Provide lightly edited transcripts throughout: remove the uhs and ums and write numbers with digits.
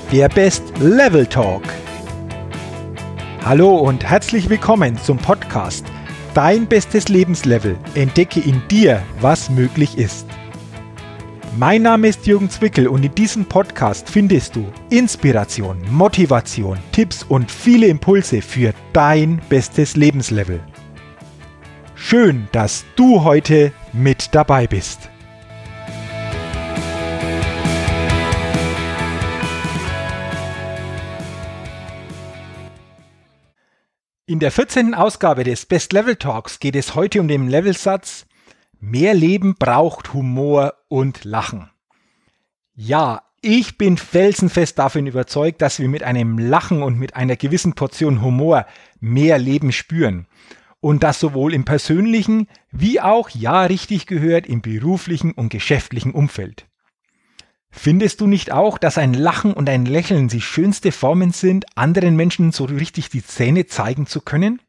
der Best Level Talk. Hallo und herzlich willkommen zum Podcast Dein bestes Lebenslevel. Entdecke in dir, was möglich ist. Mein Name ist Jürgen Zwickel und in diesem Podcast findest du Inspiration, Motivation, Tipps und viele Impulse für dein bestes Lebenslevel. Schön, dass du heute mit dabei bist. In der 14. Ausgabe des Best Level Talks geht es heute um den Levelsatz: Mehr Leben braucht Humor und Lachen. Ja, ich bin felsenfest davon überzeugt, dass wir mit einem Lachen und mit einer gewissen Portion Humor mehr Leben spüren. Und das sowohl im persönlichen wie auch, ja richtig gehört, im beruflichen und geschäftlichen Umfeld. Findest du nicht auch, dass ein Lachen und ein Lächeln die schönste Formen sind, anderen Menschen so richtig die Zähne zeigen zu können?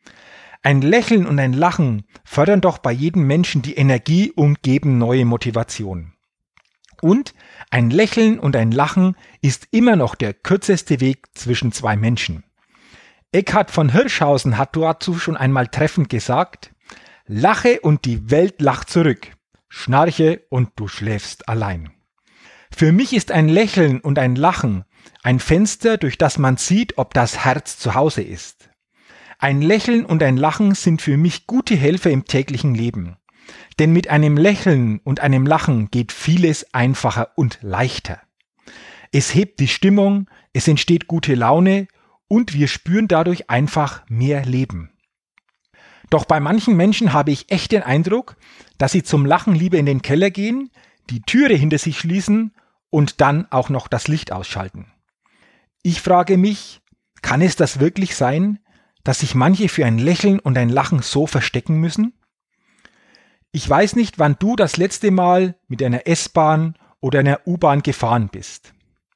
Ein Lächeln und ein Lachen fördern doch bei jedem Menschen die Energie und geben neue Motivation. Und ein Lächeln und ein Lachen ist immer noch der kürzeste Weg zwischen zwei Menschen. Eckhard von Hirschhausen hat dazu schon einmal treffend gesagt: Lache und die Welt lacht zurück, schnarche und du schläfst allein. Für mich ist ein Lächeln und ein Lachen ein Fenster, durch das man sieht, ob das Herz zu Hause ist. Ein Lächeln und ein Lachen sind für mich gute Helfer im täglichen Leben. Denn mit einem Lächeln und einem Lachen geht vieles einfacher und leichter. Es hebt die Stimmung, es entsteht gute Laune und wir spüren dadurch einfach mehr Leben. Doch bei manchen Menschen habe ich echt den Eindruck, dass sie zum Lachen lieber in den Keller gehen, die Türe hinter sich schließen und dann auch noch das Licht ausschalten. Ich frage mich, kann es das wirklich sein, dass sich manche für ein Lächeln und ein Lachen so verstecken müssen? Ich weiß nicht, wann du das letzte Mal mit einer S-Bahn oder einer U-Bahn gefahren bist.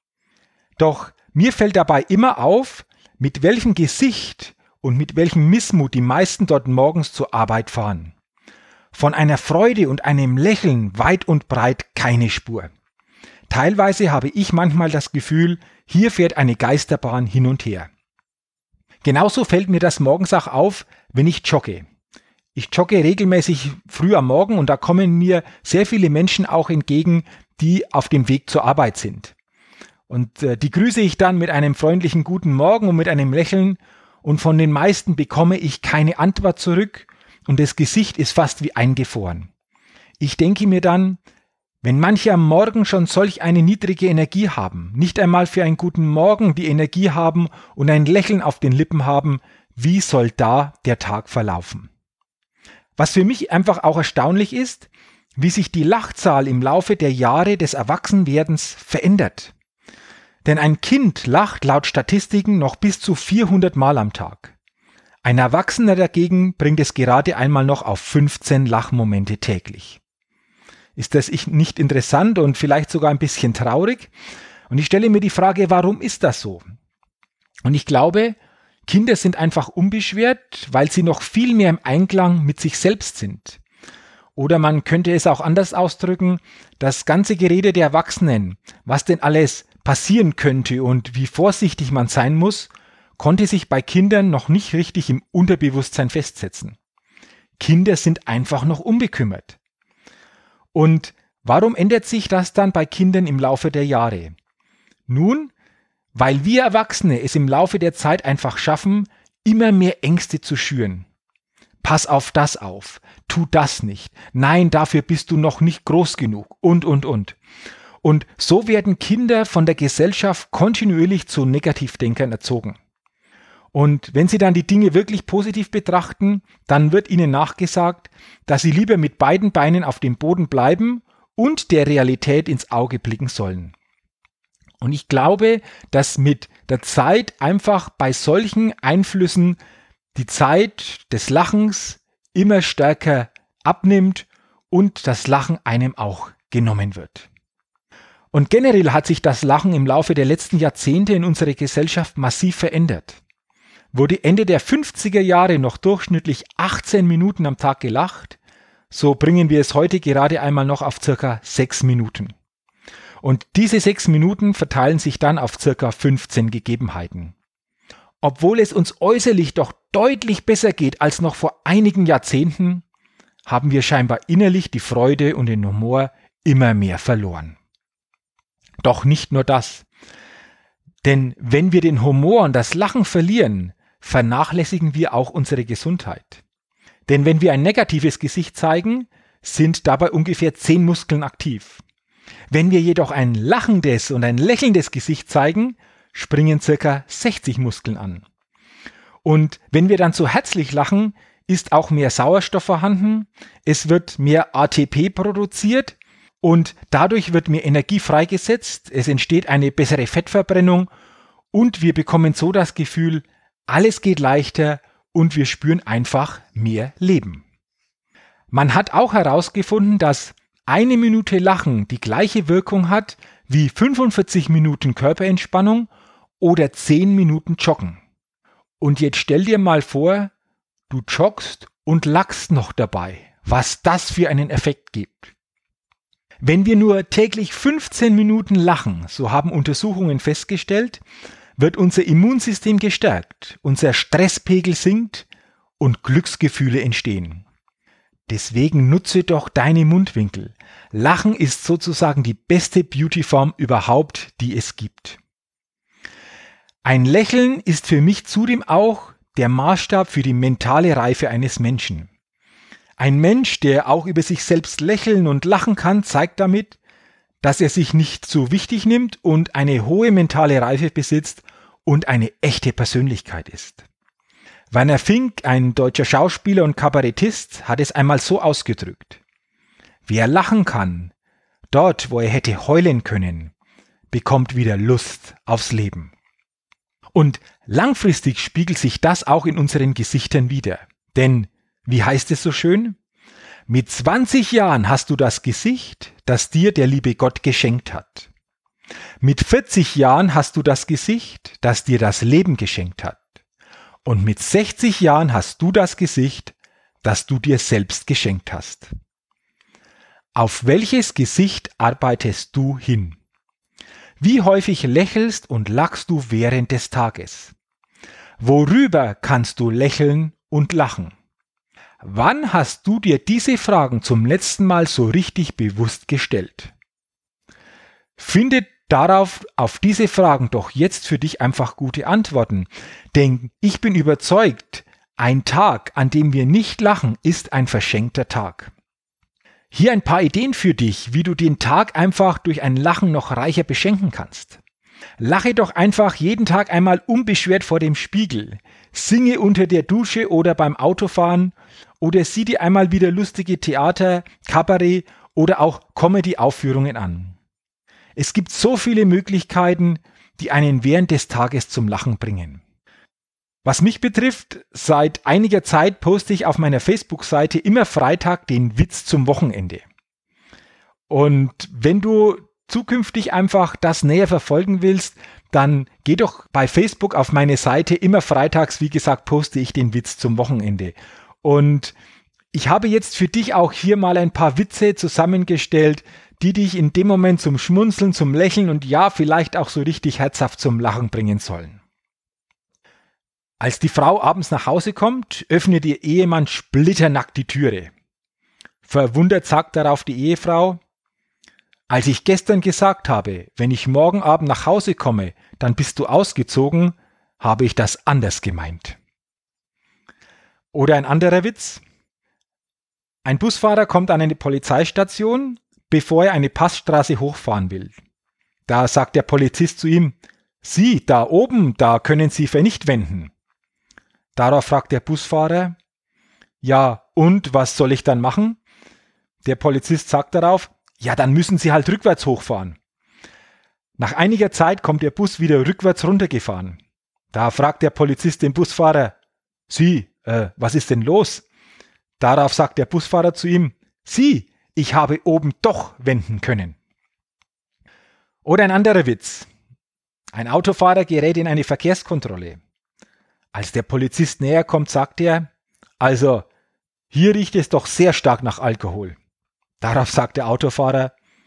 Doch mir fällt dabei immer auf, mit welchem Gesicht und mit welchem Missmut die meisten dort morgens zur Arbeit fahren. Von einer Freude und einem Lächeln weit und breit keine Spur. Teilweise habe ich manchmal das Gefühl, hier fährt eine Geisterbahn hin und her. Genauso fällt mir das morgens auch auf, wenn ich jogge. Ich jogge regelmäßig früh am Morgen und da kommen mir sehr viele Menschen auch entgegen, die auf dem Weg zur Arbeit sind. Und die grüße ich dann mit einem freundlichen Guten Morgen und mit einem Lächeln und von den meisten bekomme ich keine Antwort zurück und das Gesicht ist fast wie eingefroren. Ich denke mir dann, wenn manche am Morgen schon solch eine niedrige Energie haben, nicht einmal für einen guten Morgen die Energie haben und ein Lächeln auf den Lippen haben, wie soll da der Tag verlaufen? Was für mich einfach auch erstaunlich ist, wie sich die Lachzahl im Laufe der Jahre des Erwachsenwerdens verändert. Denn ein Kind lacht laut Statistiken noch bis zu 400 Mal am Tag. Ein Erwachsener dagegen bringt es gerade einmal noch auf 15 Lachmomente täglich. Ist das nicht interessant und vielleicht sogar ein bisschen traurig? Und ich stelle mir die Frage, warum ist das so? Und ich glaube, Kinder sind einfach unbeschwert, weil sie noch viel mehr im Einklang mit sich selbst sind. Oder man könnte es auch anders ausdrücken, das ganze Gerede der Erwachsenen, was denn alles passieren könnte und wie vorsichtig man sein muss, konnte sich bei Kindern noch nicht richtig im Unterbewusstsein festsetzen. Kinder sind einfach noch unbekümmert. Und warum ändert sich das dann bei Kindern im Laufe der Jahre? Nun, weil wir Erwachsene es im Laufe der Zeit einfach schaffen, immer mehr Ängste zu schüren. Pass auf das auf, tu das nicht, nein, dafür bist du noch nicht groß genug und. Und so werden Kinder von der Gesellschaft kontinuierlich zu Negativdenkern erzogen. Und wenn sie dann die Dinge wirklich positiv betrachten, dann wird ihnen nachgesagt, dass sie lieber mit beiden Beinen auf dem Boden bleiben und der Realität ins Auge blicken sollen. Und ich glaube, dass mit der Zeit einfach bei solchen Einflüssen die Zeit des Lachens immer stärker abnimmt und das Lachen einem auch genommen wird. Und generell hat sich das Lachen im Laufe der letzten Jahrzehnte in unserer Gesellschaft massiv verändert. Wurde Ende der 50er Jahre noch durchschnittlich 18 Minuten am Tag gelacht, so bringen wir es heute gerade einmal noch auf circa 6 Minuten. Und diese 6 Minuten verteilen sich dann auf ca. 15 Gegebenheiten. Obwohl es uns äußerlich doch deutlich besser geht als noch vor einigen Jahrzehnten, haben wir scheinbar innerlich die Freude und den Humor immer mehr verloren. Doch nicht nur das. Denn wenn wir den Humor und das Lachen verlieren, vernachlässigen wir auch unsere Gesundheit. Denn wenn wir ein negatives Gesicht zeigen, sind dabei ungefähr 10 Muskeln aktiv. Wenn wir jedoch ein lachendes und ein lächelndes Gesicht zeigen, springen ca. 60 Muskeln an. Und wenn wir dann so herzlich lachen, ist auch mehr Sauerstoff vorhanden, es wird mehr ATP produziert und dadurch wird mehr Energie freigesetzt, es entsteht eine bessere Fettverbrennung und wir bekommen so das Gefühl, alles geht leichter und wir spüren einfach mehr Leben. Man hat auch herausgefunden, dass 1 Minute Lachen die gleiche Wirkung hat wie 45 Minuten Körperentspannung oder 10 Minuten Joggen. Und jetzt stell dir mal vor, du joggst und lachst noch dabei, was das für einen Effekt gibt. Wenn wir nur täglich 15 Minuten lachen, so haben Untersuchungen festgestellt, wird unser Immunsystem gestärkt, unser Stresspegel sinkt und Glücksgefühle entstehen. Deswegen nutze doch deine Mundwinkel. Lachen ist sozusagen die beste Beautyform überhaupt, die es gibt. Ein Lächeln ist für mich zudem auch der Maßstab für die mentale Reife eines Menschen. Ein Mensch, der auch über sich selbst lächeln und lachen kann, zeigt damit, dass er sich nicht so wichtig nimmt und eine hohe mentale Reife besitzt und eine echte Persönlichkeit ist. Werner Fink, ein deutscher Schauspieler und Kabarettist, hat es einmal so ausgedrückt: Wer lachen kann, dort wo er hätte heulen können, bekommt wieder Lust aufs Leben. Und langfristig spiegelt sich das auch in unseren Gesichtern wider. Denn, wie heißt es so schön? Mit 20 Jahren hast du das Gesicht, das dir der liebe Gott geschenkt hat. Mit 40 Jahren hast du das Gesicht, das dir das Leben geschenkt hat. Und mit 60 Jahren hast du das Gesicht, das du dir selbst geschenkt hast. Auf welches Gesicht arbeitest du hin? Wie häufig lächelst und lachst du während des Tages? Worüber kannst du lächeln und lachen? Wann hast du dir diese Fragen zum letzten Mal so richtig bewusst gestellt? Finde darauf, auf diese Fragen doch jetzt für dich einfach gute Antworten. Denn ich bin überzeugt, ein Tag, an dem wir nicht lachen, ist ein verschenkter Tag. Hier ein paar Ideen für dich, wie du den Tag einfach durch ein Lachen noch reicher beschenken kannst. Lache doch einfach jeden Tag einmal unbeschwert vor dem Spiegel, singe unter der Dusche oder beim Autofahren oder sieh dir einmal wieder lustige Theater, Kabarett oder auch Comedy-Aufführungen an. Es gibt so viele Möglichkeiten, die einen während des Tages zum Lachen bringen. Was mich betrifft, seit einiger Zeit poste ich auf meiner Facebook-Seite immer Freitag den Witz zum Wochenende. Und wenn du zukünftig einfach das näher verfolgen willst, dann geh doch bei Facebook auf meine Seite. Immer freitags, wie gesagt, poste ich den Witz zum Wochenende. Und ich habe jetzt für dich auch hier mal ein paar Witze zusammengestellt, die dich in dem Moment zum Schmunzeln, zum Lächeln und ja, vielleicht auch so richtig herzhaft zum Lachen bringen sollen. Als die Frau abends nach Hause kommt, öffnet ihr Ehemann splitternackt die Türe. Verwundert sagt darauf die Ehefrau: Als ich gestern gesagt habe, wenn ich morgen Abend nach Hause komme, dann bist du ausgezogen, habe ich das anders gemeint. Oder ein anderer Witz. Ein Busfahrer kommt an eine Polizeistation, bevor er eine Passstraße hochfahren will. Da sagt der Polizist zu ihm: Sie, da oben, da können Sie nicht wenden. Darauf fragt der Busfahrer: Ja, und was soll ich dann machen? Der Polizist sagt darauf: Ja, dann müssen Sie halt rückwärts hochfahren. Nach einiger Zeit kommt der Bus wieder rückwärts runtergefahren. Da fragt der Polizist den Busfahrer: Sie, was ist denn los? Darauf sagt der Busfahrer zu ihm: Sie, ich habe oben doch wenden können. Oder ein anderer Witz. Ein Autofahrer gerät in eine Verkehrskontrolle. Als der Polizist näher kommt, sagt er: Also, hier riecht es doch sehr stark nach Alkohol. Darauf sagt der Autofahrer: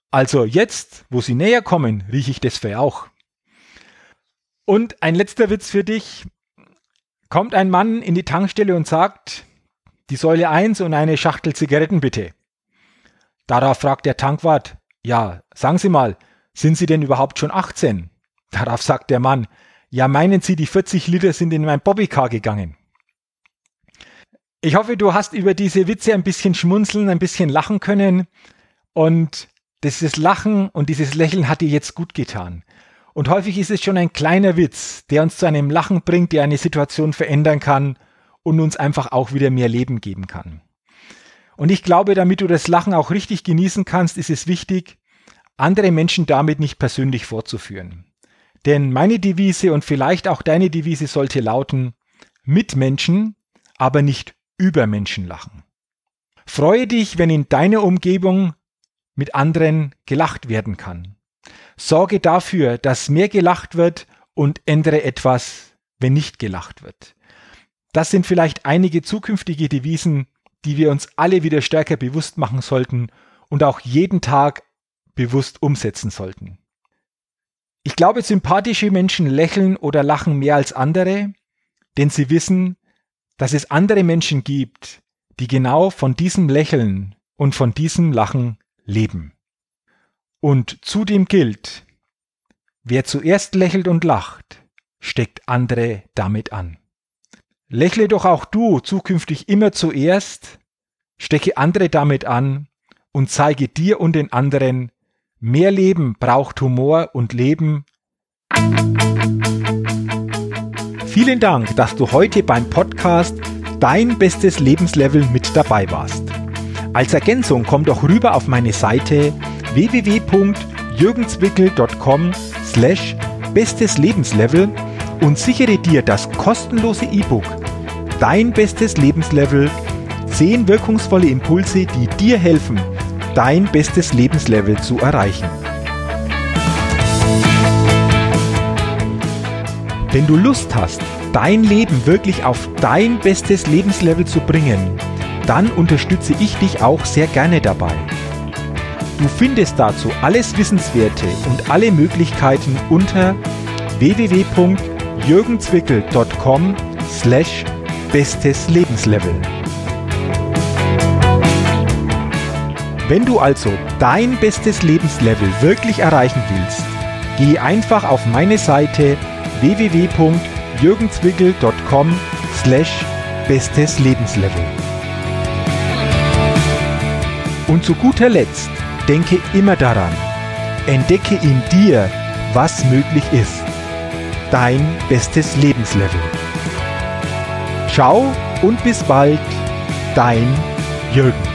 Also jetzt, wo sie näher kommen, rieche ich das Fell auch. Und ein letzter Witz für dich. Kommt ein Mann in die Tankstelle und sagt, die Säule 1 und eine Schachtel Zigaretten bitte. Darauf fragt der Tankwart, ja, sagen Sie mal, sind Sie denn überhaupt schon 18? Darauf sagt der Mann, ja, meinen Sie, die 40 Liter sind in mein Bobbycar gegangen. Ich hoffe, du hast über diese Witze ein bisschen schmunzeln, ein bisschen lachen können und dieses Lachen und dieses Lächeln hat dir jetzt gut getan. Und häufig ist es schon ein kleiner Witz, der uns zu einem Lachen bringt, der eine Situation verändern kann und uns einfach auch wieder mehr Leben geben kann. Und ich glaube, damit du das Lachen auch richtig genießen kannst, ist es wichtig, andere Menschen damit nicht persönlich vorzuführen. Denn meine Devise und vielleicht auch deine Devise sollte lauten, mit Menschen, aber nicht über Menschen lachen. Freue dich, wenn in deiner Umgebung mit anderen gelacht werden kann. Sorge dafür, dass mehr gelacht wird und ändere etwas, wenn nicht gelacht wird. Das sind vielleicht einige zukünftige Devisen, die wir uns alle wieder stärker bewusst machen sollten und auch jeden Tag bewusst umsetzen sollten. Ich glaube, sympathische Menschen lächeln oder lachen mehr als andere, denn sie wissen, dass es andere Menschen gibt, die genau von diesem Lächeln und von diesem Lachen leben. Und zudem gilt, wer zuerst lächelt und lacht, steckt andere damit an. Lächle doch auch du zukünftig immer zuerst, stecke andere damit an und zeige dir und den anderen, mehr Leben braucht Humor und Leben. Vielen Dank, dass du heute beim Podcast Dein bestes Lebenslevel mit dabei warst. Als Ergänzung komm doch rüber auf meine Seite www.jürgenswickel.com/bestesLebenslevel und sichere dir das kostenlose E-Book Dein bestes Lebenslevel, 10 wirkungsvolle Impulse, die dir helfen, dein bestes Lebenslevel zu erreichen. Wenn du Lust hast, dein Leben wirklich auf dein bestes Lebenslevel zu bringen, dann unterstütze ich dich auch sehr gerne dabei. Du findest dazu alles Wissenswerte und alle Möglichkeiten unter www.jürgenswickel.com/bestesLebenslevel. Wenn du also dein bestes Lebenslevel wirklich erreichen willst, geh einfach auf meine Seite www.jürgenswickel.com/bestesLebenslevel. Und zu guter Letzt, denke immer daran, entdecke in dir, was möglich ist. Dein bestes Lebenslevel. Ciao und bis bald, dein Jürgen.